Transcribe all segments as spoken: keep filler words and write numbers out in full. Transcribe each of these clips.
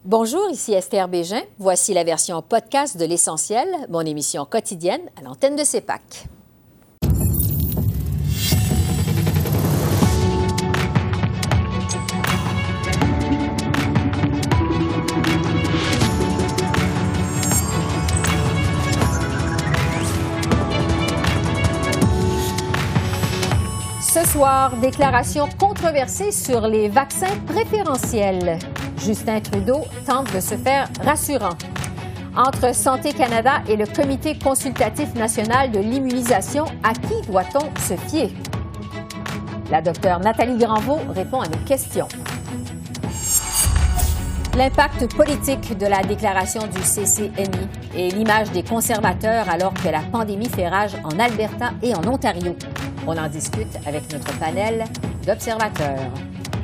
Bonjour, ici Esther Bégin. Voici la version podcast de L'Essentiel, mon émission quotidienne à l'antenne de CEPAC. Ce soir, déclaration controversée sur les vaccins préférentiels. Justin Trudeau tente de se faire rassurant. Entre Santé Canada et le Comité consultatif national de l'immunisation, à qui doit-on se fier? La docteure Nathalie Granvaux répond à nos questions. L'impact politique de la déclaration du C C N I et l'image des conservateurs alors que la pandémie fait rage en Alberta et en Ontario. On en discute avec notre panel d'observateurs.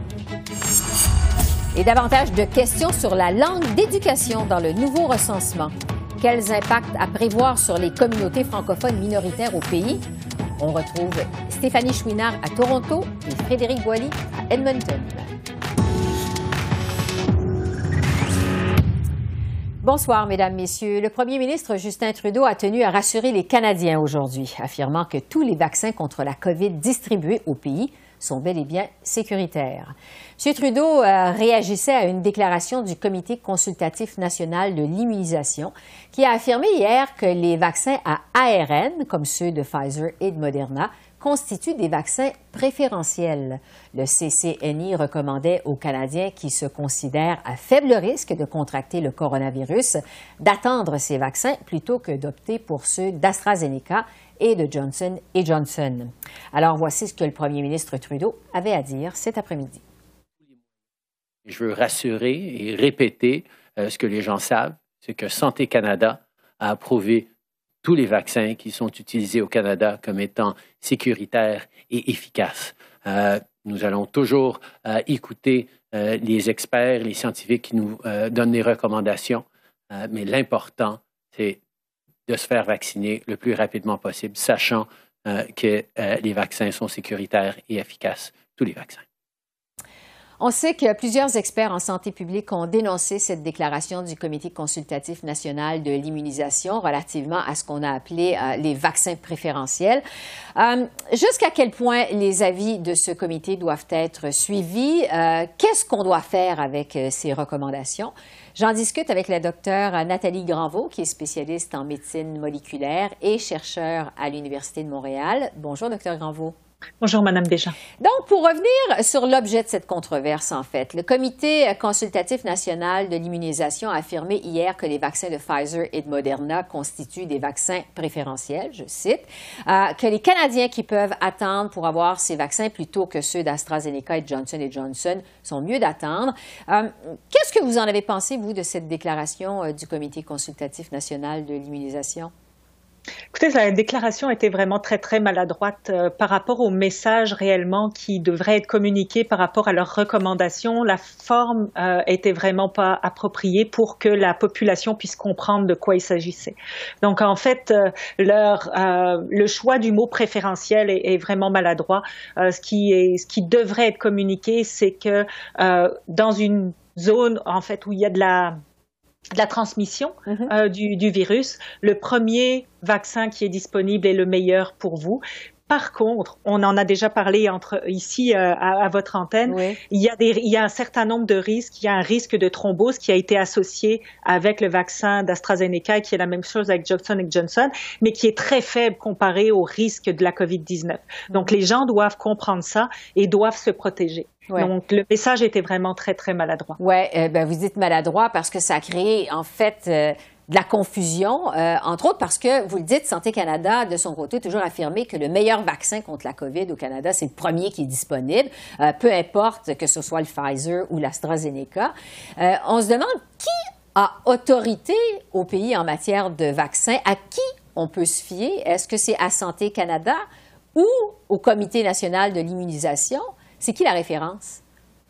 Et davantage de questions sur la langue d'éducation dans le nouveau recensement. Quels impacts à prévoir sur les communautés francophones minoritaires au pays? On retrouve Stéphanie Chouinard à Toronto et Frédéric Boily à Edmonton. Bonsoir, Mesdames, Messieurs. Le premier ministre Justin Trudeau a tenu à rassurer les Canadiens aujourd'hui, affirmant que tous les vaccins contre la COVID distribués au pays sont bel et bien sécuritaires. M. Trudeau euh, réagissait à une déclaration du Comité consultatif national de l'immunisation qui a affirmé hier que les vaccins à A R N, comme ceux de Pfizer et de Moderna, constituent des vaccins préférentiels. Le C C N I recommandait aux Canadiens qui se considèrent à faible risque de contracter le coronavirus d'attendre ces vaccins plutôt que d'opter pour ceux d'AstraZeneca et de Johnson et Johnson. Alors, voici ce que le premier ministre Trudeau avait à dire cet après-midi. Je veux rassurer et répéter euh, ce que les gens savent, c'est que Santé Canada a approuvé tous les vaccins qui sont utilisés au Canada comme étant sécuritaires et efficaces. Euh, nous allons toujours euh, écouter euh, les experts, les scientifiques qui nous euh, donnent des recommandations, euh, mais l'important, c'est de se faire vacciner le plus rapidement possible, sachant euh, que euh, les vaccins sont sécuritaires et efficaces, tous les vaccins. On sait que plusieurs experts en santé publique ont dénoncé cette déclaration du Comité consultatif national de l'immunisation relativement à ce qu'on a appelé euh, les vaccins préférentiels. Euh, jusqu'à quel point les avis de ce comité doivent être suivis? Euh, qu'est-ce qu'on doit faire avec euh, ces recommandations? J'en discute avec la docteure Nathalie Granvaux, qui est spécialiste en médecine moléculaire et chercheur à l'Université de Montréal. Bonjour, docteur Granvaux. Bonjour, Madame Bégin. Donc, pour revenir sur l'objet de cette controverse, en fait, le Comité consultatif national de l'immunisation a affirmé hier que les vaccins de Pfizer et de Moderna constituent des vaccins préférentiels, je cite, euh, que les Canadiens qui peuvent attendre pour avoir ces vaccins plutôt que ceux d'AstraZeneca et de Johnson et Johnson sont mieux d'attendre. Euh, qu'est-ce que vous en avez pensé, vous, de cette déclaration euh, du Comité consultatif national de l'immunisation? Écoutez, la déclaration était vraiment très, très maladroite euh, par rapport au message réellement qui devrait être communiqué par rapport à leurs recommandations. La forme euh, était vraiment pas appropriée pour que la population puisse comprendre de quoi il s'agissait. Donc, en fait, euh, leur, euh, le choix du mot préférentiel est, est vraiment maladroit. Euh, ce qui est, ce qui devrait être communiqué, c'est que euh, dans une zone, en fait, où il y a de la de la transmission mm-hmm. euh, du, du virus, le premier vaccin qui est disponible est le meilleur pour vous. Par contre, on en a déjà parlé entre ici euh, à, à votre antenne, oui. il, y a des, il y a un certain nombre de risques. Il y a un risque de thrombose qui a été associé avec le vaccin d'AstraZeneca, qui est la même chose avec Johnson et Johnson, mais qui est très faible comparé au risque de la COVID dix-neuf. Donc, les gens doivent comprendre ça et doivent se protéger. Ouais. Donc, le message était vraiment très, très maladroit. Oui, euh, ben, vous dites maladroit parce que ça a créé, en fait, euh, de la confusion, euh, entre autres parce que, vous le dites, Santé Canada, de son côté, a toujours affirmé que le meilleur vaccin contre la COVID au Canada, c'est le premier qui est disponible, euh, peu importe que ce soit le Pfizer ou l'AstraZeneca. Euh, on se demande qui a autorité au pays en matière de vaccins, à qui on peut se fier? Est-ce que c'est à Santé Canada ou au Comité national de l'immunisation? C'est qui la référence?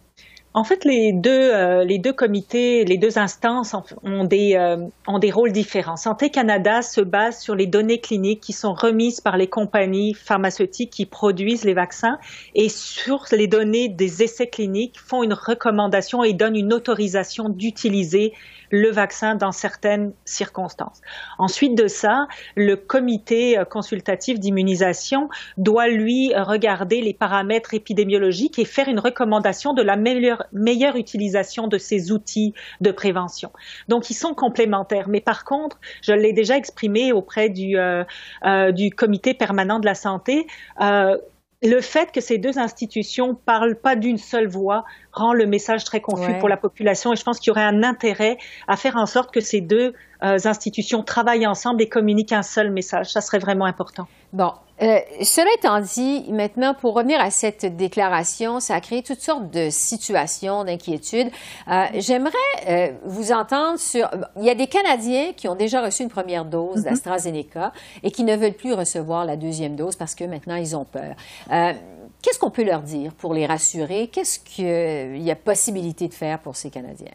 En fait, les deux, euh, les deux comités, les deux instances ont des, euh, ont des rôles différents. Santé Canada se base sur les données cliniques qui sont remises par les compagnies pharmaceutiques qui produisent les vaccins et sur les données des essais cliniques font une recommandation et donnent une autorisation d'utiliser le vaccin dans certaines circonstances. Ensuite de ça, le comité consultatif d'immunisation doit, lui, regarder les paramètres épidémiologiques et faire une recommandation de la meilleure, meilleure utilisation de ces outils de prévention. Donc, ils sont complémentaires. Mais par contre, je l'ai déjà exprimé auprès du, euh, euh, du comité permanent de la santé, euh, le fait que ces deux institutions parlent pas d'une seule voix rend le message très confus ouais. pour la population et je pense qu'il y aurait un intérêt à faire en sorte que ces deux euh, institutions travaillent ensemble et communiquent un seul message. Ça serait vraiment important. Bon, euh, cela étant dit, maintenant, pour revenir à cette déclaration, ça a créé toutes sortes de situations, d'inquiétudes. Euh, j'aimerais euh, vous entendre sur... Il y a des Canadiens qui ont déjà reçu une première dose mm-hmm. d'AstraZeneca et qui ne veulent plus recevoir la deuxième dose parce que maintenant, ils ont peur. Euh, Qu'est-ce qu'on peut leur dire pour les rassurer? Qu'est-ce qu'il y a possibilité de faire pour ces Canadiens?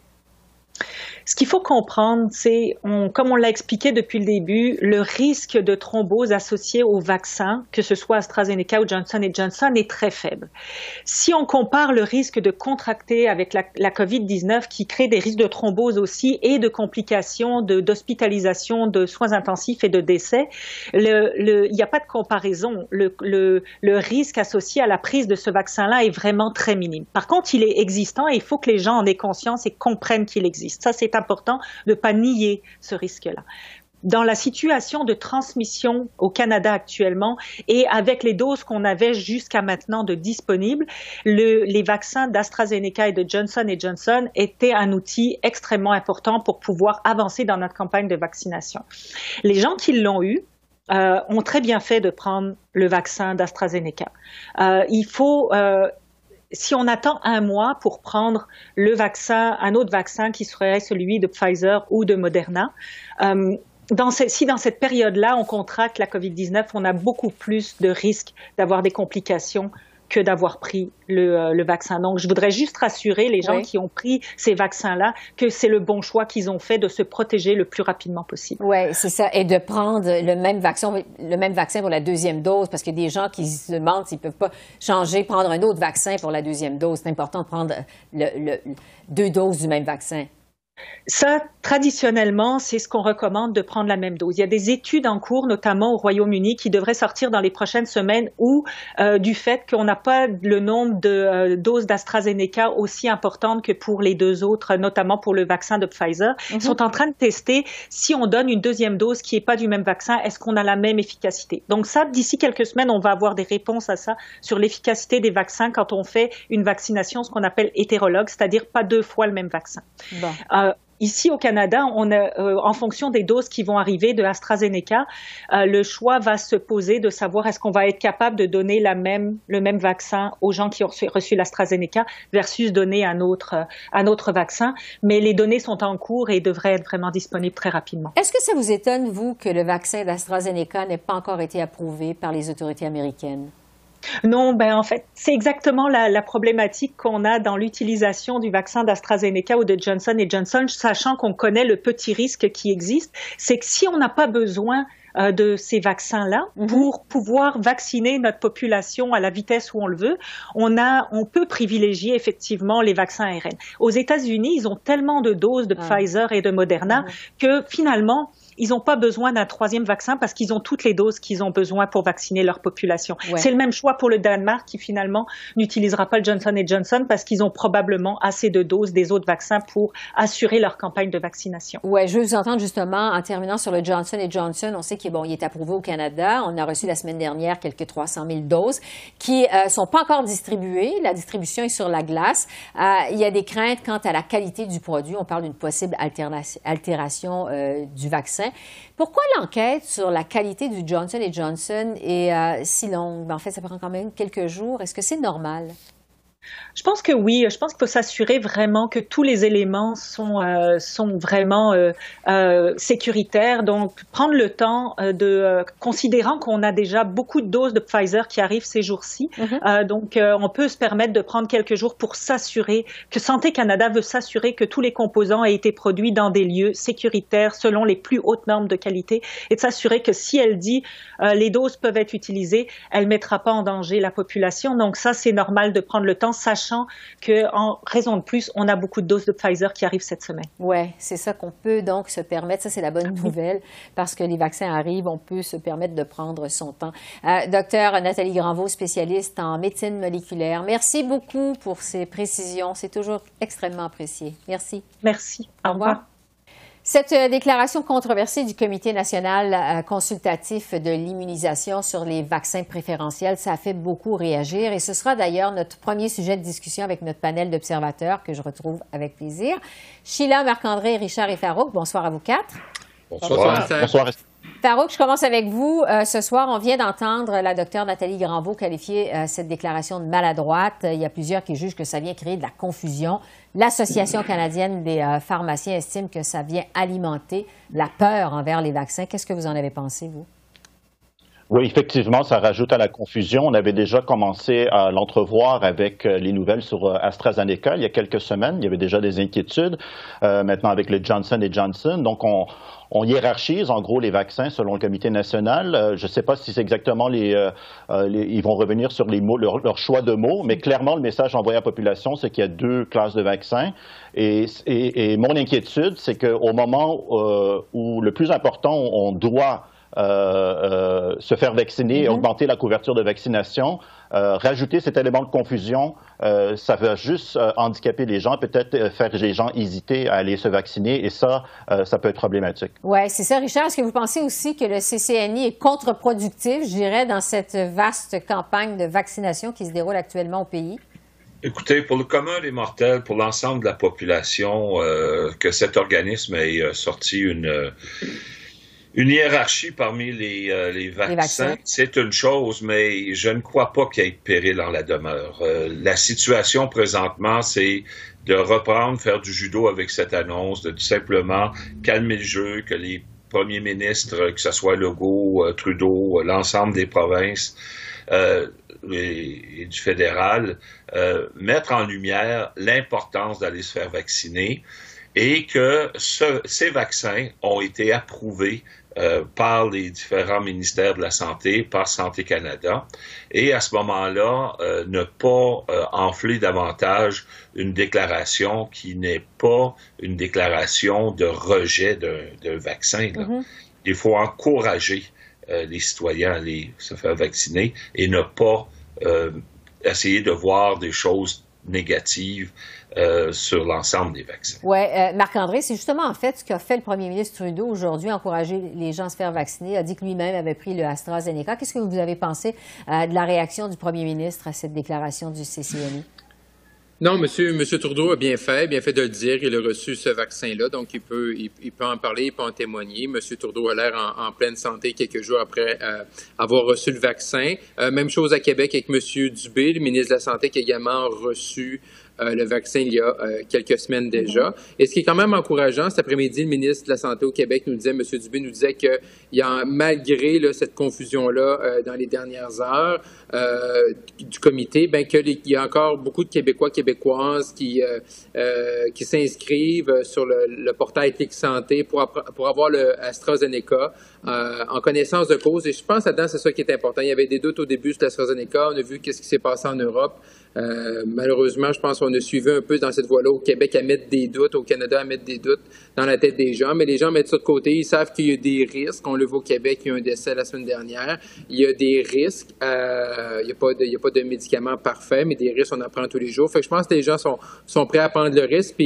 Ce qu'il faut comprendre, c'est, on, comme on l'a expliqué depuis le début, le risque de thrombose associé au vaccin, que ce soit AstraZeneca ou Johnson and Johnson, est très faible. Si on compare le risque de contracter avec la, la COVID dix-neuf, qui crée des risques de thrombose aussi et de complications, de, d'hospitalisation, de soins intensifs et de décès, le, le, il n'y a pas de comparaison. Le, le, le risque associé à la prise de ce vaccin-là est vraiment très minime. Par contre, il est existant et il faut que les gens en aient conscience et comprennent qu'il existe. Ça, c'est important de ne pas nier ce risque-là. Dans la situation de transmission au Canada actuellement et avec les doses qu'on avait jusqu'à maintenant de disponibles, le, les vaccins d'AstraZeneca et de Johnson and Johnson étaient un outil extrêmement important pour pouvoir avancer dans notre campagne de vaccination. Les gens qui l'ont eu euh, ont très bien fait de prendre le vaccin d'AstraZeneca. Euh, il faut... Euh, Si on attend un mois pour prendre le vaccin, un autre vaccin qui serait celui de Pfizer ou de Moderna, euh, dans ce, si dans cette période-là, on contracte la COVID dix-neuf, on a beaucoup plus de risques d'avoir des complications que d'avoir pris le, euh, le vaccin. Donc, je voudrais juste rassurer les gens oui. qui ont pris ces vaccins-là que c'est le bon choix qu'ils ont fait de se protéger le plus rapidement possible. Oui, c'est ça. Et de prendre le même vaccin, le même vaccin pour la deuxième dose, parce qu'il y a des gens qui se demandent s'ils ne peuvent pas changer, prendre un autre vaccin pour la deuxième dose. C'est important de prendre le, le, deux doses du même vaccin. Ça, traditionnellement, c'est ce qu'on recommande de prendre la même dose. Il y a des études en cours, notamment au Royaume-Uni, qui devraient sortir dans les prochaines semaines où, euh, du fait qu'on n'a pas le nombre de euh, doses d'AstraZeneca aussi importantes que pour les deux autres, notamment pour le vaccin de Pfizer, mm-hmm. sont en train de tester si on donne une deuxième dose qui n'est pas du même vaccin, est-ce qu'on a la même efficacité? Donc ça, d'ici quelques semaines, on va avoir des réponses à ça sur l'efficacité des vaccins quand on fait une vaccination, ce qu'on appelle hétérologue, c'est-à-dire pas deux fois le même vaccin. Bon. Euh, Ici, au Canada, on a, euh, en fonction des doses qui vont arriver de AstraZeneca, euh, le choix va se poser de savoir est-ce qu'on va être capable de donner la même, le même vaccin aux gens qui ont reçu, reçu l'AstraZeneca versus donner un autre, euh, un autre vaccin. Mais les données sont en cours et devraient être vraiment disponibles très rapidement. Est-ce que ça vous étonne, vous, que le vaccin d'AstraZeneca n'ait pas encore été approuvé par les autorités américaines? Non, ben en fait, c'est exactement la, la problématique qu'on a dans l'utilisation du vaccin d'AstraZeneca ou de Johnson and Johnson, sachant qu'on connaît le petit risque qui existe, c'est que si on n'a pas besoin euh, de ces vaccins-là mm-hmm. pour pouvoir vacciner notre population à la vitesse où on le veut, on a, on peut privilégier effectivement les vaccins A R N. Aux États-Unis, ils ont tellement de doses de ah. Pfizer et de Moderna mm-hmm. que finalement, ils n'ont pas besoin d'un troisième vaccin parce qu'ils ont toutes les doses qu'ils ont besoin pour vacciner leur population. Ouais. C'est le même choix pour le Danemark qui finalement n'utilisera pas le Johnson and Johnson parce qu'ils ont probablement assez de doses des autres vaccins pour assurer leur campagne de vaccination. Oui, je veux vous entendre justement en terminant sur le Johnson and Johnson. On sait qu'il bon, il est approuvé au Canada. On a reçu la semaine dernière quelques trois cent mille doses qui ne euh, sont pas encore distribuées. La distribution est sur la glace. Euh, il y a des craintes quant à la qualité du produit. On parle d'une possible altération, altération euh, du vaccin. Pourquoi l'enquête sur la qualité du Johnson and Johnson est euh, si longue? En fait, ça prend quand même quelques jours. Est-ce que c'est normal? Je pense que oui. Je pense qu'il faut s'assurer vraiment que tous les éléments sont, euh, sont vraiment euh, euh, sécuritaires. Donc, prendre le temps euh, de, euh, considérant qu'on a déjà beaucoup de doses de Pfizer qui arrivent ces jours-ci, mm-hmm. euh, donc euh, on peut se permettre de prendre quelques jours pour s'assurer que Santé Canada veut s'assurer que tous les composants aient été produits dans des lieux sécuritaires selon les plus hautes normes de qualité et de s'assurer que si elle dit euh, les doses peuvent être utilisées, elle ne mettra pas en danger la population. Donc ça, c'est normal de prendre le temps, sachant qu'en raison de plus, on a beaucoup de doses de Pfizer qui arrivent cette semaine. Oui, c'est ça qu'on peut donc se permettre. Ça, c'est la bonne nouvelle, parce que les vaccins arrivent, on peut se permettre de prendre son temps. Euh, docteur Nathalie Granvaux, spécialiste en médecine moléculaire, merci beaucoup pour ces précisions. C'est toujours extrêmement apprécié. Merci. Merci. Au, Au revoir. revoir. Cette déclaration controversée du Comité national consultatif de l'immunisation sur les vaccins préférentiels, ça a fait beaucoup réagir et ce sera d'ailleurs notre premier sujet de discussion avec notre panel d'observateurs que je retrouve avec plaisir. Sheila, Marc-André, Richard et Farouk, bonsoir à vous quatre. Bonsoir. Bonsoir. Bonsoir. Farouk, je commence avec vous. Euh, ce soir, on vient d'entendre la docteure Nathalie Granvaux qualifier euh, cette déclaration de maladroite. Il y a plusieurs qui jugent que ça vient créer de la confusion. L'Association canadienne des euh, pharmaciens estime que ça vient alimenter la peur envers les vaccins. Qu'est-ce que vous en avez pensé, vous? Oui, effectivement, ça rajoute à la confusion. On avait déjà commencé à l'entrevoir avec les nouvelles sur AstraZeneca il y a quelques semaines. Il y avait déjà des inquiétudes. Euh, maintenant, avec le Johnson et Johnson. Donc, on, on hiérarchise en gros les vaccins selon le comité national. Euh, je ne sais pas si c'est exactement les, euh, les... Ils vont revenir sur les mots, leur, leur choix de mots, mais clairement, le message envoyé à la population, c'est qu'il y a deux classes de vaccins. Et, et, et mon inquiétude, c'est qu'au moment euh, où le plus important, on doit Euh, euh, se faire vacciner et mm-hmm. augmenter la couverture de vaccination, euh, rajouter cet élément de confusion, euh, ça va juste euh, handicaper les gens, peut-être euh, faire les gens hésiter à aller se vacciner et ça, euh, ça peut être problématique. Oui, c'est ça. Richard, est-ce que vous pensez aussi que le C C N I est contre-productif, je dirais, dans cette vaste campagne de vaccination qui se déroule actuellement au pays? Écoutez, pour le commun des mortels, pour l'ensemble de la population, euh, que cet organisme ait euh, sorti une... Euh, Une hiérarchie parmi les, euh, les, vaccins, les vaccins, c'est une chose, mais je ne crois pas qu'il y ait de péril en la demeure. Euh, la situation présentement, c'est de reprendre, faire du judo avec cette annonce, de tout simplement calmer le jeu, que les premiers ministres, que ce soit Legault, Trudeau, l'ensemble des provinces euh, et, et du fédéral, euh, mettre en lumière l'importance d'aller se faire vacciner et que ce, ces vaccins ont été approuvés Euh, par les différents ministères de la Santé, par Santé Canada, et à ce moment-là, euh, ne pas euh, enfler davantage une déclaration qui n'est pas une déclaration de rejet d'un vaccin. Là. Mm-hmm. Il faut encourager euh, les citoyens à aller se faire vacciner et ne pas euh, essayer de voir des choses négatives euh, sur l'ensemble des vaccins. Oui, euh, Marc-André, c'est justement en fait ce qu'a fait le premier ministre Trudeau aujourd'hui, encourager les gens à se faire vacciner, a dit que lui-même avait pris le AstraZeneca. Qu'est-ce que vous avez pensé euh, de la réaction du premier ministre à cette déclaration du C C N I? Non, monsieur, monsieur Trudeau a bien fait, bien fait de le dire. Il a reçu ce vaccin-là, donc il peut, il, il peut en parler, il peut en témoigner. Monsieur Trudeau a l'air en, en pleine santé quelques jours après euh, avoir reçu le vaccin. Euh, même chose à Québec avec monsieur Dubé, le ministre de la Santé, qui a également reçu Euh, le vaccin il y a euh, quelques semaines déjà. Mm-hmm. Et ce qui est quand même encourageant, cet après-midi, le ministre de la Santé au Québec nous disait, M. Dubé nous disait qu'il y a, malgré là, cette confusion-là euh, dans les dernières heures euh, du comité, ben qu'il y a encore beaucoup de Québécois, Québécoises qui, euh, euh, qui s'inscrivent sur le, le portail Clic Santé pour, pour avoir le AstraZeneca euh, en connaissance de cause. Et je pense là-dedans, c'est ça qui est important. Il y avait des doutes au début sur l'AstraZeneca. On a vu qu'est-ce qui s'est passé en Europe. Euh, malheureusement, je pense qu'on a suivi un peu dans cette voie-là au Québec à mettre des doutes, au Canada à mettre des doutes dans la tête des gens, mais les gens mettent ça de côté, ils savent qu'il y a des risques. On le voit au Québec, il y a eu un décès la semaine dernière. Il y a des risques, euh, il n'y a pas de, il y a pas de médicaments parfaits, mais des risques, on en prend tous les jours. Fait que je pense que les gens sont, sont prêts à prendre le risque, puis je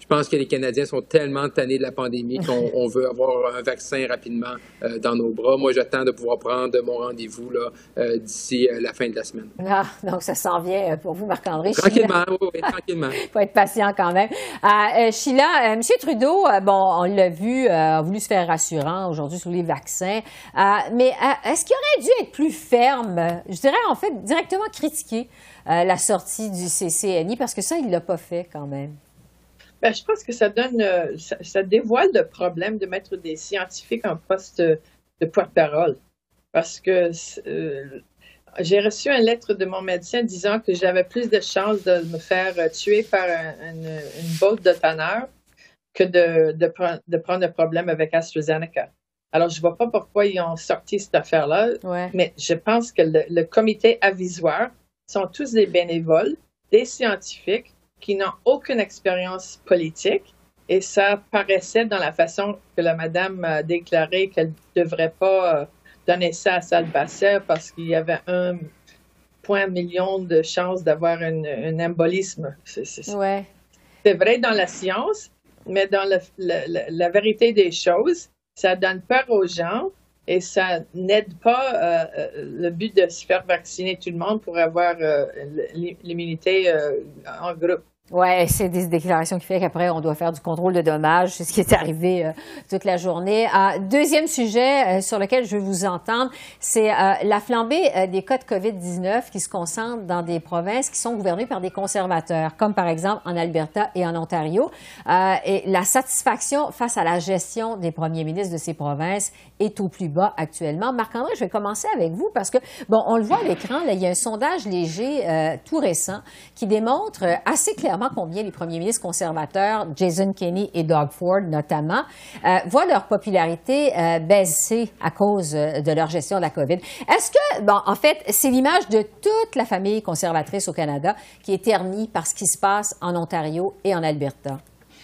Je pense que les Canadiens sont tellement tannés de la pandémie qu'on on veut avoir un vaccin rapidement euh, dans nos bras. Moi, j'attends de pouvoir prendre mon rendez-vous là, euh, d'ici euh, la fin de la semaine. Ah, donc ça s'en vient pour vous, Marc-André. Tranquillement, oui, oui, tranquillement. Il faut être patient quand même. Euh, euh, Sheila, euh, M. Trudeau, euh, bon, on l'a vu, euh, a voulu se faire rassurant aujourd'hui sur les vaccins, euh, mais euh, est-ce qu'il aurait dû être plus ferme, je dirais en fait directement critiquer euh, la sortie du C C N I, parce que ça, il ne l'a pas fait quand même. Bien, je pense que ça donne, euh, ça, ça dévoile le problème de mettre des scientifiques en poste de porte-parole. Parce que euh, j'ai reçu une lettre de mon médecin disant que j'avais plus de chances de me faire tuer par un, une, une botte de tanneur que de, de, pre- de prendre un problème avec AstraZeneca. Alors, je ne vois pas pourquoi ils ont sorti cette affaire-là, ouais. Mais je pense que le, le comité avisoire sont tous des bénévoles, des scientifiques, qui n'ont aucune expérience politique, et ça paraissait dans la façon que la madame a déclaré qu'elle ne devrait pas donner ça à Salbasser parce qu'il y avait un point million de chances d'avoir un, un embolisme. C'est, c'est, ouais. c'est vrai dans la science, mais dans le, la, la vérité des choses, ça donne peur aux gens et ça n'aide pas euh, le but de se faire vacciner tout le monde pour avoir euh, l'immunité euh, en groupe. Oui, c'est des déclarations qui fait qu'après, on doit faire du contrôle de dommages. C'est ce qui est arrivé euh, toute la journée. Euh, deuxième sujet euh, sur lequel je veux vous entendre, c'est euh, la flambée euh, des cas de covid dix-neuf qui se concentrent dans des provinces qui sont gouvernées par des conservateurs, comme par exemple en Alberta et en Ontario. Euh, et la satisfaction face à la gestion des premiers ministres de ces provinces est au plus bas actuellement. Marc-André, je vais commencer avec vous parce que, bon, on le voit à l'écran, là, il y a un sondage léger euh, tout récent qui démontre euh, assez clairement combien les premiers ministres conservateurs, Jason Kenney et Doug Ford notamment, euh, voient leur popularité euh, baisser à cause de leur gestion de la COVID. Est-ce que, bon, en fait, c'est l'image de toute la famille conservatrice au Canada qui est ternie par ce qui se passe en Ontario et en Alberta?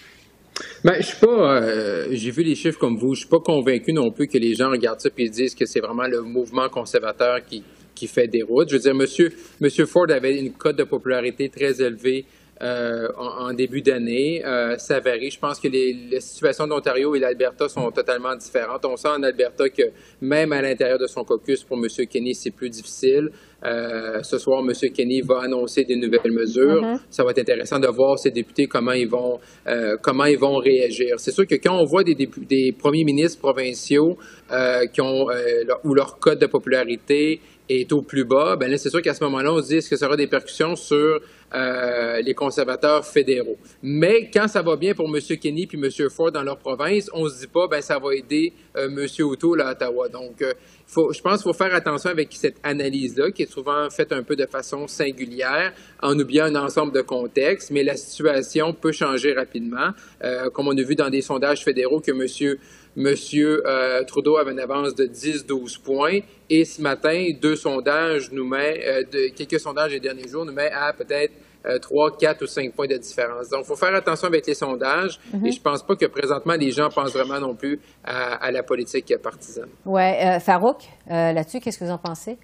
Ben, je suis pas, euh, j'ai vu les chiffres comme vous, je suis pas convaincu non plus que les gens regardent ça et disent que c'est vraiment le mouvement conservateur qui, qui fait des routes. Je veux dire, monsieur, monsieur Ford avait une cote de popularité très élevée Euh, en, en début d'année. Euh, ça varie. Je pense que les, les situations d'Ontario et l'Alberta sont totalement différentes. On sent en Alberta que même à l'intérieur de son caucus, pour M. Kenney, c'est plus difficile. Euh, ce soir, M. Kenney va annoncer des nouvelles mesures. Mm-hmm. Ça va être intéressant de voir ces députés, comment ils vont, euh, comment ils vont réagir. C'est sûr que quand on voit des, dépu- des premiers ministres provinciaux euh, qui ont, euh, leur, où leur cote de popularité est au plus bas, ben là, c'est sûr qu'à ce moment-là, on se dit est-ce que ça aura des répercussions sur euh, les conservateurs fédéraux. Mais quand ça va bien pour M. Kenney puis M. Ford dans leur province, on se dit pas ben ça va aider euh, M. O'Toole à Ottawa. Donc, euh, faut, je pense qu'il faut faire attention avec cette analyse-là, qui est souvent faite un peu de façon singulière, en oubliant un ensemble de contextes, mais la situation peut changer rapidement, euh, comme on a vu dans des sondages fédéraux que M. Monsieur euh, Trudeau avait une avance de dix à douze points. Et ce matin, deux sondages nous met, euh, de, quelques sondages des derniers jours nous met à peut-être euh, trois, quatre ou cinq points de différence. Donc, il faut faire attention avec les sondages. Mm-hmm. Et je pense pas que présentement, les gens pensent vraiment non plus à, à la politique partisane. Oui. Euh, Farouk, euh, là-dessus, qu'est-ce que vous en pensez?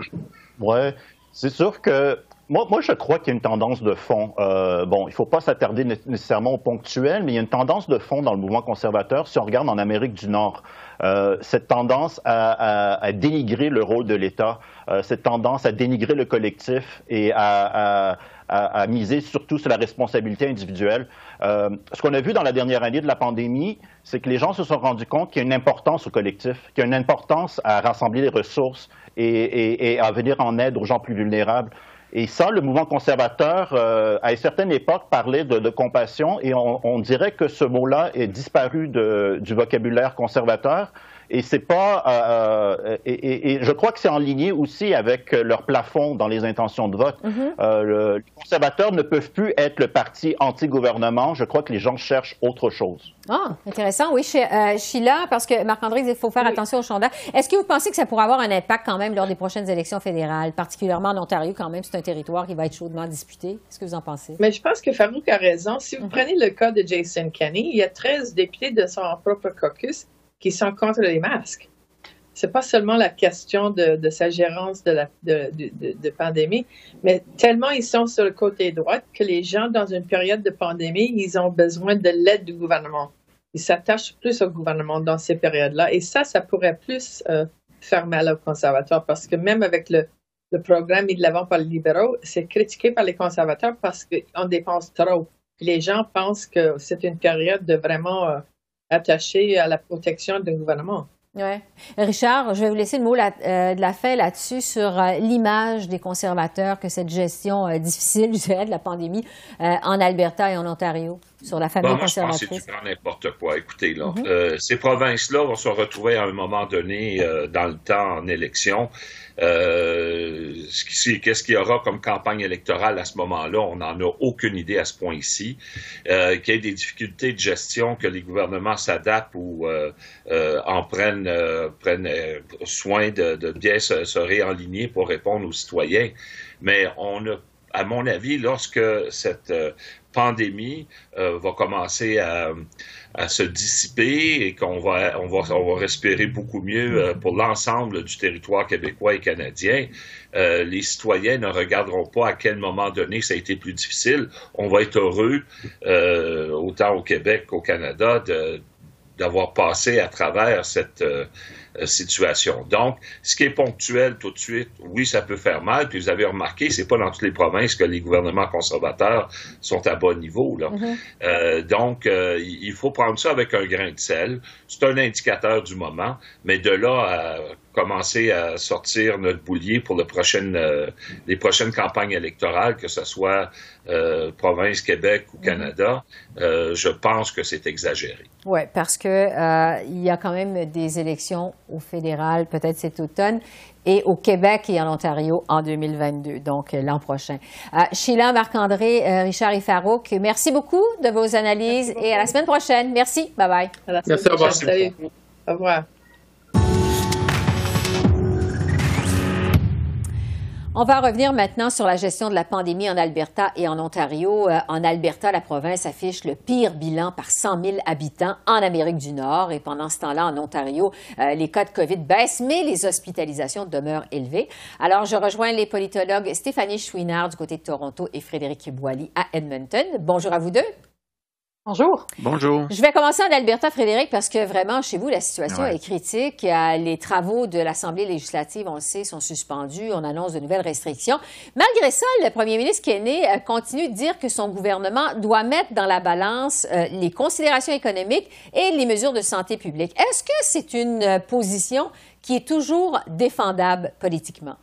Oui, c'est sûr que Moi, moi, je crois qu'il y a une tendance de fond. Euh, bon, il ne faut pas s'attarder nécessairement au ponctuel, mais il y a une tendance de fond dans le mouvement conservateur. Si on regarde en Amérique du Nord, euh, cette tendance à, à, à dénigrer le rôle de l'État, euh, cette tendance à dénigrer le collectif et à, à, à, à miser surtout sur la responsabilité individuelle. Euh, ce qu'on a vu dans la dernière année de la pandémie, c'est que les gens se sont rendus compte qu'il y a une importance au collectif, qu'il y a une importance à rassembler les ressources et, et, et à venir en aide aux gens plus vulnérables. Et ça, le mouvement conservateur, euh, à une certaine époque, parlait de, de compassion et on, on dirait que ce mot-là est disparu de, du vocabulaire conservateur. Et c'est pas, euh, et, et, et je crois que c'est en ligne aussi avec leur plafond dans les intentions de vote. Mm-hmm. Euh, le, les conservateurs ne peuvent plus être le parti anti-gouvernement. Je crois que les gens cherchent autre chose. Ah, intéressant. Oui, chez, euh, Sheila, parce que Marc-André dit qu'il faut faire oui. attention au sondage. Est-ce que vous pensez que ça pourrait avoir un impact quand même lors des prochaines élections fédérales, particulièrement en Ontario, quand même, c'est un territoire qui va être chaudement disputé? Est-ce que vous en pensez? Mais je pense que Farouk a raison. Si vous mm-hmm. prenez le cas de Jason Kenney, il y a treize députés de son propre caucus qui sont contre les masques. c'est pas seulement la question de, de sa gérance de la de, de, de, de pandémie, mais tellement ils sont sur le côté droit que les gens, dans une période de pandémie, ils ont besoin de l'aide du gouvernement. Ils s'attachent plus au gouvernement dans ces périodes-là. Et ça, ça pourrait plus euh, faire mal aux conservateurs parce que même avec le, le programme mis de l'avant par les libéraux, c'est critiqué par les conservateurs parce qu'on dépense trop. Les gens pensent que c'est une période de vraiment euh, attachée à la protection du gouvernement. Oui. Richard, je vais vous laisser le mot là, euh, de la fin là-dessus sur euh, l'image des conservateurs que cette gestion euh, difficile, je dirais, de la pandémie euh, en Alberta et en Ontario, sur la famille bon, moi, conservatrice. Je pense que c'est du grand n'importe quoi. Écoutez, là, mm-hmm. euh, ces provinces-là vont se retrouver à un moment donné euh, dans le temps en élection. Euh, qu'est-ce qu'il y aura comme campagne électorale à ce moment-là? On n'en a aucune idée à ce point-ci. Euh, qu'il y ait des difficultés de gestion, que les gouvernements s'adaptent ou euh, euh, en prennent, euh, prennent euh, soin de, de bien se, se réaligner pour répondre aux citoyens. Mais on a, à mon avis, lorsque cette euh, pandémie euh, va commencer à, à se dissiper et qu'on va, on va, on va respirer beaucoup mieux euh, pour l'ensemble du territoire québécois et canadien, euh, les citoyens ne regarderont pas à quel moment donné ça a été plus difficile. On va être heureux, euh, autant au Québec qu'au Canada, de, d'avoir passé à travers cette euh, situation. Donc, ce qui est ponctuel tout de suite, oui, ça peut faire mal. Puis vous avez remarqué, c'est pas dans toutes les provinces que les gouvernements conservateurs sont à bas niveau, là. Mm-hmm. Euh, donc, euh, il faut prendre ça avec un grain de sel. C'est un indicateur du moment, mais de là à commencer à sortir notre boulier pour le prochain, euh, les prochaines campagnes électorales, que ce soit euh, province, Québec ou Canada, euh, je pense que c'est exagéré. Oui, parce que euh, il y a quand même des élections au fédéral, peut-être cet automne, et au Québec et en Ontario en deux mille vingt-deux, donc euh, l'an prochain. Euh, Sheila, Marc-André, euh, Richard et Farouk, merci beaucoup de vos analyses et à la semaine prochaine. Merci. Bye-bye. À la semaine merci, prochaine. Salut. Au revoir. On va revenir maintenant sur la gestion de la pandémie en Alberta et en Ontario. Euh, en Alberta, la province affiche le pire bilan par cent mille habitants en Amérique du Nord. Et pendant ce temps-là, en Ontario, euh, les cas de COVID baissent, mais les hospitalisations demeurent élevées. Alors, je rejoins les politologues Stéphanie Chouinard du côté de Toronto et Frédéric Boily à Edmonton. Bonjour à vous deux. Bonjour. Bonjour. Je vais commencer en Alberta, Frédéric, parce que vraiment, chez vous, la situation ouais. est critique. Les travaux de l'Assemblée législative, on le sait, sont suspendus. On annonce de nouvelles restrictions. Malgré ça, le premier ministre Kenney continue de dire que son gouvernement doit mettre dans la balance les considérations économiques et les mesures de santé publique. Est-ce que c'est une position qui est toujours défendable politiquement?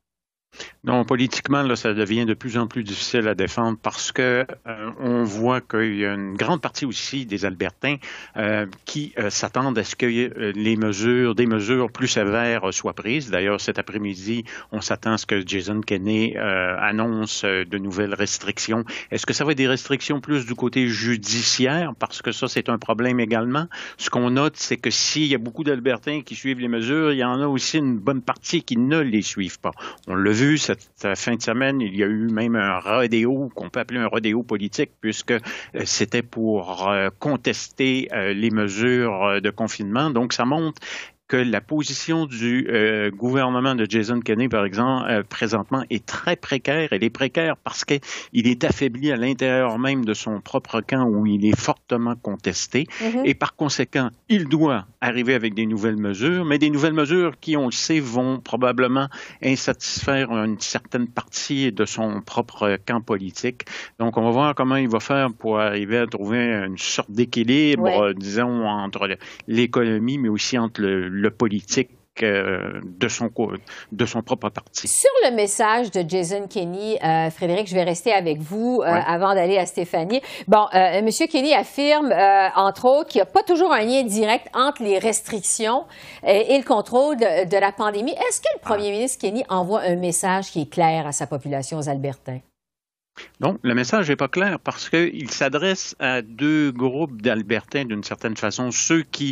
Non, politiquement, là, ça devient de plus en plus difficile à défendre parce que euh, on voit qu'il y a une grande partie aussi des Albertains euh, qui euh, s'attendent à ce que euh, les mesures, des mesures plus sévères euh, soient prises. D'ailleurs, cet après-midi, on s'attend à ce que Jason Kenney euh, annonce euh, de nouvelles restrictions. Est-ce que ça va être des restrictions plus du côté judiciaire? Parce que ça, c'est un problème également. Ce qu'on note, c'est que s'il y a beaucoup d'Albertains qui suivent les mesures, il y en a aussi une bonne partie qui ne les suivent pas. On l'a vu cette fin de semaine, il y a eu même un rodéo, qu'on peut appeler un rodéo politique, puisque euh, c'était pour euh, contester euh, les mesures de confinement. Donc, ça montre que la position du euh, gouvernement de Jason Kenney, par exemple, euh, présentement, est très précaire. Elle est précaire parce qu'il est affaibli à l'intérieur même de son propre camp où il est fortement contesté. Mm-hmm. Et par conséquent, il doit arriver avec des nouvelles mesures, mais des nouvelles mesures qui, on le sait, vont probablement insatisfaire une certaine partie de son propre camp politique. Donc, on va voir comment il va faire pour arriver à trouver une sorte d'équilibre, ouais. euh, disons, entre l'économie, mais aussi entre le le politique euh, de, son, de son propre parti. Sur le message de Jason Kenney, euh, Frédéric, je vais rester avec vous euh, ouais. avant d'aller à Stéphanie. Bon, euh, M. Kenney affirme, euh, entre autres, qu'il n'y a pas toujours un lien direct entre les restrictions euh, et le contrôle de, de la pandémie. Est-ce que le premier ah. ministre Kenney envoie un message qui est clair à sa population, aux Albertains? Non, le message n'est pas clair parce qu'il s'adresse à deux groupes d'Albertains d'une certaine façon, ceux qui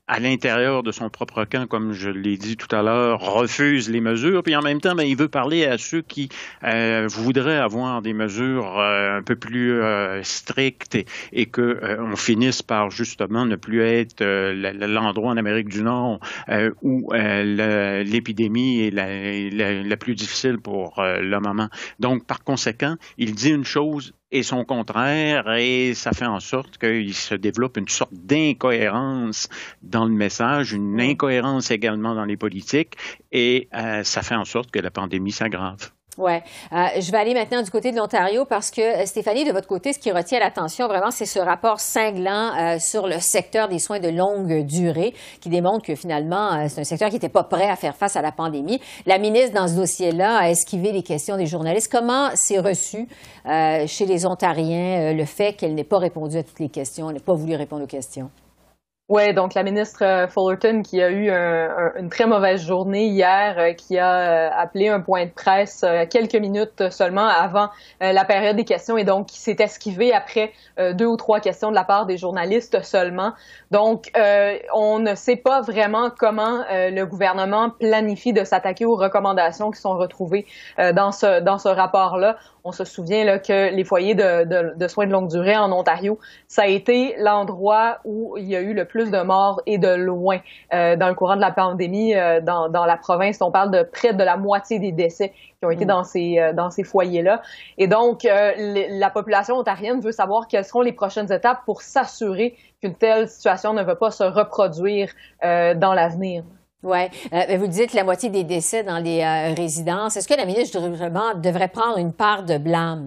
à l'intérieur de son propre camp, comme je l'ai dit tout à l'heure, refuse les mesures, puis en même temps, ben, il veut parler à ceux qui euh, voudraient avoir des mesures euh, un peu plus euh, strictes et, et que euh, on finisse par justement ne plus être euh, l'endroit en Amérique du Nord euh, où euh, l'épidémie est la, la, la plus difficile pour euh, le moment. Donc, par conséquent, il dit une chose et son contraire, et ça fait en sorte qu'il se développe une sorte d'incohérence dans le message, une incohérence également dans les politiques, et euh, ça fait en sorte que la pandémie s'aggrave. Oui. Euh, je vais aller maintenant du côté de l'Ontario parce que, Stéphanie, de votre côté, ce qui retient l'attention vraiment, c'est ce rapport cinglant euh, sur le secteur des soins de longue durée qui démontre que finalement, euh, c'est un secteur qui n'était pas prêt à faire face à la pandémie. La ministre, dans ce dossier-là, a esquivé les questions des journalistes. Comment c'est reçu euh, chez les Ontariens euh, le fait qu'elle n'ait pas répondu à toutes les questions, elle n'ait pas voulu répondre aux questions? Oui, donc la ministre Fullerton qui a eu un, un, une très mauvaise journée hier, euh, qui a euh, appelé un point de presse euh, quelques minutes seulement avant euh, la période des questions et donc qui s'est esquivé après euh, deux ou trois questions de la part des journalistes seulement. Donc, euh, on ne sait pas vraiment comment euh, le gouvernement planifie de s'attaquer aux recommandations qui sont retrouvées euh, dans ce dans ce rapport-là. On se souvient là, que les foyers de, de, de soins de longue durée en Ontario, ça a été l'endroit où il y a eu le plus de morts et de loin euh, dans le courant de la pandémie euh, dans, dans la province. On parle de près de la moitié des décès qui ont été mmh. dans ces, euh, dans ces foyers-là. Et donc, euh, la population ontarienne veut savoir quelles seront les prochaines étapes pour s'assurer qu'une telle situation ne va pas se reproduire euh, dans l'avenir. Oui. Euh, vous dites la moitié des décès dans les euh, résidences. Est-ce que la ministre du Gouvernement devrait prendre une part de blâme?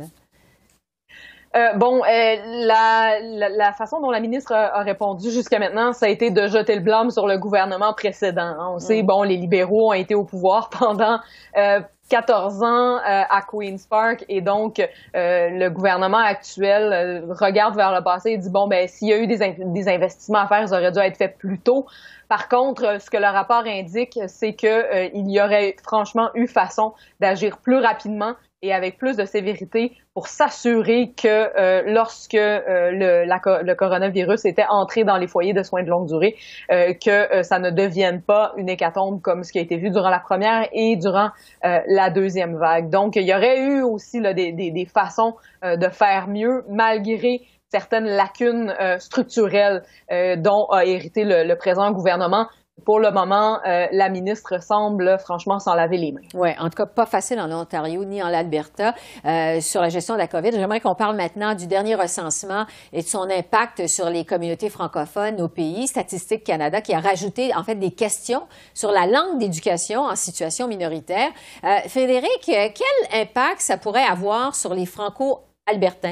Euh, bon, euh, la, la, la façon dont la ministre a, a répondu jusqu'à maintenant, ça a été de jeter le blâme sur le gouvernement précédent. Hein. On mmh. sait, bon, les libéraux ont été au pouvoir pendant euh, quatorze ans euh, à Queen's Park et donc euh, le gouvernement actuel euh, regarde vers le passé et dit, bon, ben s'il y a eu des, in des investissements à faire, ça aurait dû être fait plus tôt. Par contre, ce que le rapport indique, c'est que euh, il y aurait franchement eu façon d'agir plus rapidement et avec plus de sévérité pour s'assurer que euh, lorsque euh, le, la, le coronavirus était entré dans les foyers de soins de longue durée, euh, que euh, ça ne devienne pas une hécatombe comme ce qui a été vu durant la première et durant euh, la deuxième vague. Donc, il y aurait eu aussi là, des, des, des façons euh, de faire mieux malgré certaines lacunes euh, structurelles euh, dont a hérité le, le présent gouvernement. Pour le moment, euh, la ministre semble franchement s'en laver les mains. Oui, en tout cas, pas facile en Ontario ni en Alberta euh, sur la gestion de la COVID. J'aimerais qu'on parle maintenant du dernier recensement et de son impact sur les communautés francophones au pays. Statistique Canada qui a rajouté en fait des questions sur la langue d'éducation en situation minoritaire. Euh, Frédéric, quel impact ça pourrait avoir sur les Franco-Albertains?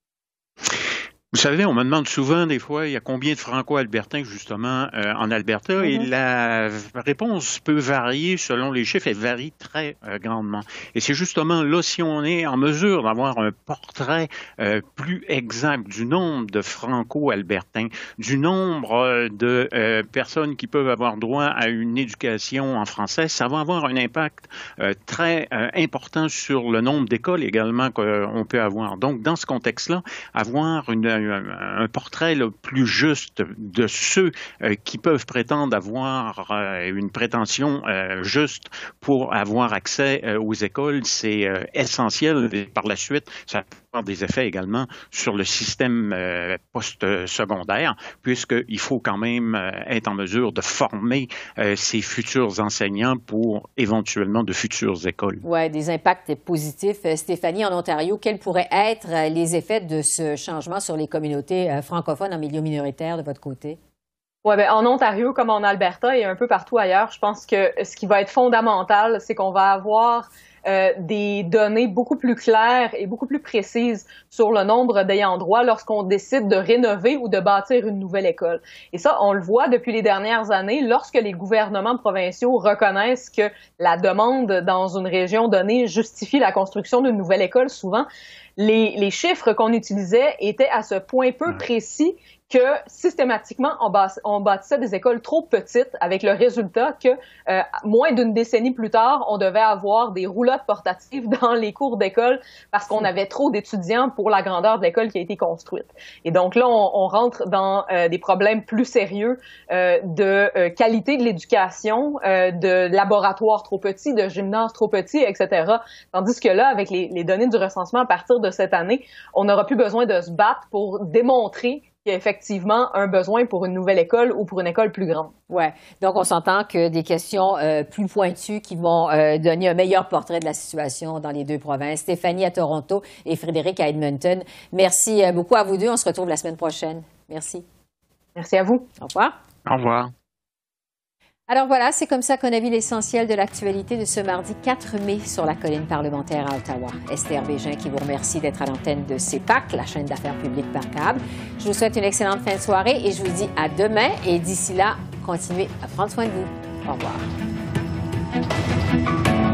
Vous savez, on me demande souvent, des fois, il y a combien de Franco-Albertains, justement, euh, en Alberta? Mm-hmm. Et la réponse peut varier selon les chiffres. Elle varie très euh, grandement. Et c'est justement là, si on est en mesure d'avoir un portrait euh, plus exact du nombre de Franco-Albertains, du nombre euh, de euh, personnes qui peuvent avoir droit à une éducation en français, ça va avoir un impact euh, très euh, important sur le nombre d'écoles également qu'on peut avoir. Donc, dans ce contexte-là, avoir une un portrait là, plus juste de ceux euh, qui peuvent prétendre avoir euh, une prétention euh, juste pour avoir accès euh, aux écoles, c'est euh, essentiel. Et par la suite, ça peut avoir des effets également sur le système euh, post-secondaire, puisqu'il faut quand même euh, être en mesure de former euh, ces futurs enseignants pour éventuellement de futures écoles. Oui, des impacts positifs. Stéphanie, en Ontario, quels pourraient être les effets de ce changement sur les communautés euh, francophones en milieu minoritaire de votre côté? Ouais, ben en Ontario comme en Alberta et un peu partout ailleurs, je pense que ce qui va être fondamental, c'est qu'on va avoir euh, des données beaucoup plus claires et beaucoup plus précises sur le nombre d'ayants droit lorsqu'on décide de rénover ou de bâtir une nouvelle école. Et ça, on le voit depuis les dernières années, lorsque les gouvernements provinciaux reconnaissent que la demande dans une région donnée justifie la construction d'une nouvelle école, souvent, les, les chiffres qu'on utilisait étaient à ce point peu précis que systématiquement, on, bât, on bâtissait des écoles trop petites avec le résultat que euh, moins d'une décennie plus tard, on devait avoir des rouleaux roulotte portative dans les cours d'école parce qu'on avait trop d'étudiants pour la grandeur de l'école qui a été construite. Et donc là, on, on rentre dans euh, des problèmes plus sérieux euh, de euh, qualité de l'éducation, euh, de laboratoires trop petits, de gymnases trop petits, et cetera. Tandis que là, avec les, les données du recensement à partir de cette année, on n'aura plus besoin de se battre pour démontrer qu'il y a effectivement un besoin pour une nouvelle école ou pour une école plus grande. Oui. Donc, on s'entend que des questions euh, plus pointues qui vont euh, donner un meilleur portrait de la situation dans les deux provinces. Stéphanie à Toronto et Frédéric à Edmonton. Merci beaucoup à vous deux. On se retrouve la semaine prochaine. Merci. Merci à vous. Au revoir. Au revoir. Alors voilà, c'est comme ça qu'on a vu l'essentiel de l'actualité de ce mardi quatre mai sur la colline parlementaire à Ottawa. Esther Bégin qui vous remercie d'être à l'antenne de C E P A C, la chaîne d'affaires publiques par câble. Je vous souhaite une excellente fin de soirée et je vous dis à demain. Et d'ici là, continuez à prendre soin de vous. Au revoir.